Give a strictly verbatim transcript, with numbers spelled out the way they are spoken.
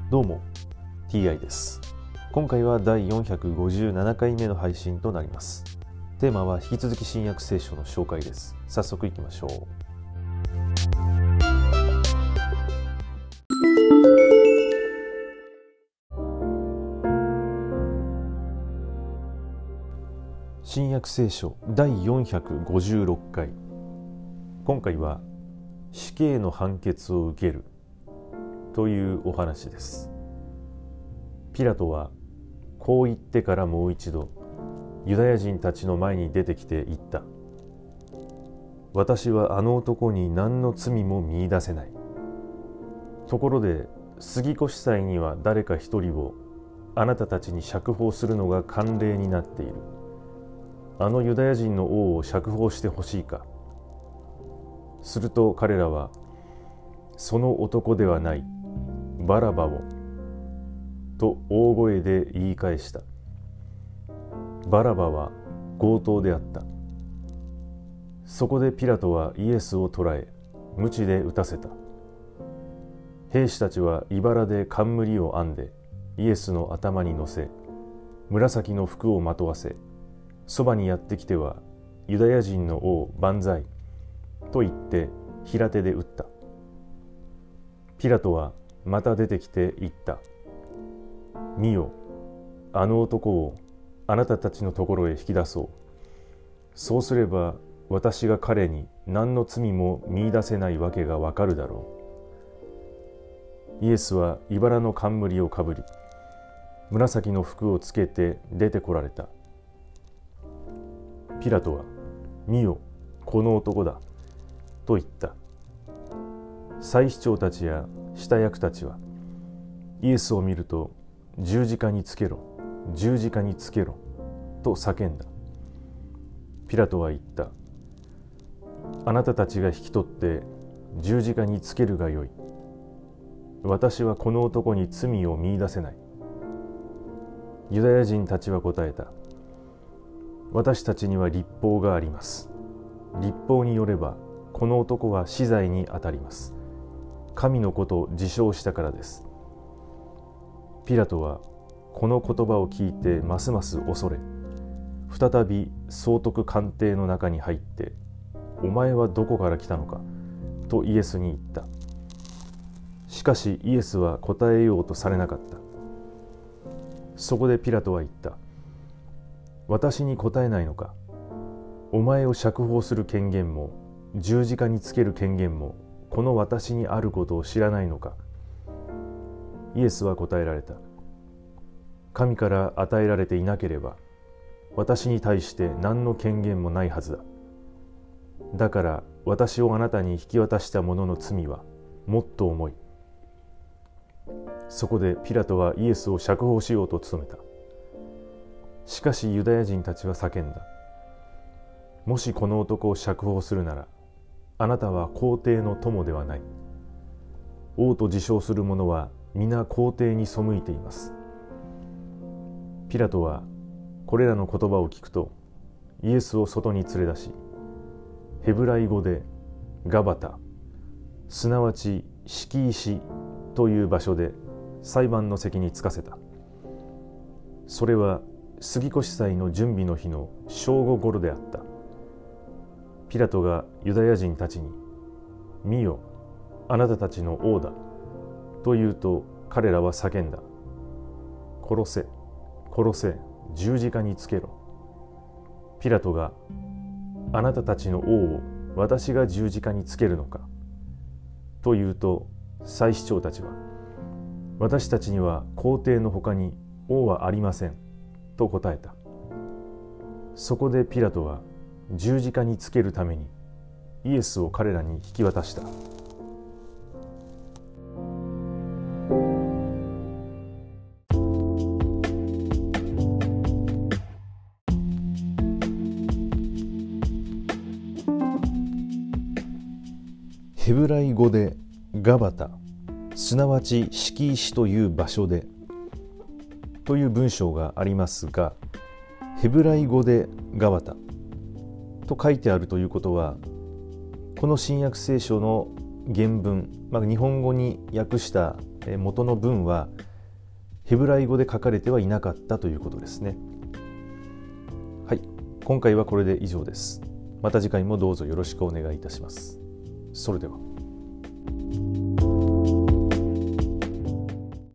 どうも ティーアイ です。今回はだいよんひゃくごじゅうななかいめの配信となります。テーマは引き続き新約聖書の紹介です。早速いきましょう。新約聖書だいよんひゃくごじゅうろっかい。今回は死刑の判決を受けるというお話です。ピラトはこう言ってからもう一度ユダヤ人たちの前に出てきて言った。私はあの男に何の罪も見出せない。ところで杉越祭には誰か一人をあなたたちに釈放するのが慣例になっている。あのユダヤ人の王を釈放してほしいか。すると彼らは、その男ではない、バラバを、と大声で言い返した。バラバは強盗であった。そこでピラトはイエスを捕らえ、鞭で打たせた。兵士たちは茨で冠を編んで、イエスの頭に乗せ、紫の服をまとわせ、そばにやってきては、ユダヤ人の王万歳と言って平手で打った。ピラトはまた出てきて言った。見よ、あの男をあなたたちのところへ引き出そう。そうすれば私が彼に何の罪も見出せないわけがわかるだろう。イエスは茨の冠をかぶり、紫の服をつけて出てこられた。ピラトは、見よ、この男だ、と言った。祭司長たちや下役たちは、イエスを見ると、十字架につけろ、十字架につけろ、と叫んだ。ピラトは言った。あなたたちが引き取って十字架につけるがよい。私はこの男に罪を見出せない。ユダヤ人たちは答えた。私たちには律法があります。律法によれば、この男は死罪にあたります。神の子と自称したからです。ピラトはこの言葉を聞いてますます恐れ、再び総督官邸の中に入って、お前はどこから来たのかとイエスに言った。しかしイエスは答えようとされなかった。そこでピラトは言った。私に答えないのか。お前を釈放する権限も十字架につける権限もこの私にあることを知らないのか。イエスは答えられた。神から与えられていなければ私に対して何の権限もないはずだ。だから私をあなたに引き渡した者の罪はもっと重い。そこでピラトはイエスを釈放しようと努めた。しかしユダヤ人たちは叫んだ。もしこの男を釈放するなら、あなたは皇帝の友ではない。王と自称する者は皆皇帝に背いています。ピラトはこれらの言葉を聞くと、イエスを外に連れ出し、ヘブライ語でガバタ、すなわち敷石という場所で裁判の席に着かせた。それは杉越祭の準備の日の正午ごろであった。ピラトがユダヤ人たちに、見よ、あなたたちの王だ、と言うと彼らは叫んだ。殺せ、殺せ、十字架につけろ。ピラトが、あなたたちの王を私が十字架につけるのか、と言うと祭司長たちは、私たちには皇帝のほかに王はありません、と答えた。そこでピラトは十字架につけるためにイエスを彼らに引き渡した。ヘブライ語でガバタ、すなわち敷石という場所でという文章がありますが、ヘブライ語でガバタと書いてあるということは、この新約聖書の原文、まあ、日本語に訳した元の文はヘブライ語で書かれてはいなかったということですね。はい、今回はこれで以上です。また次回もどうぞよろしくお願いいたします。それでは。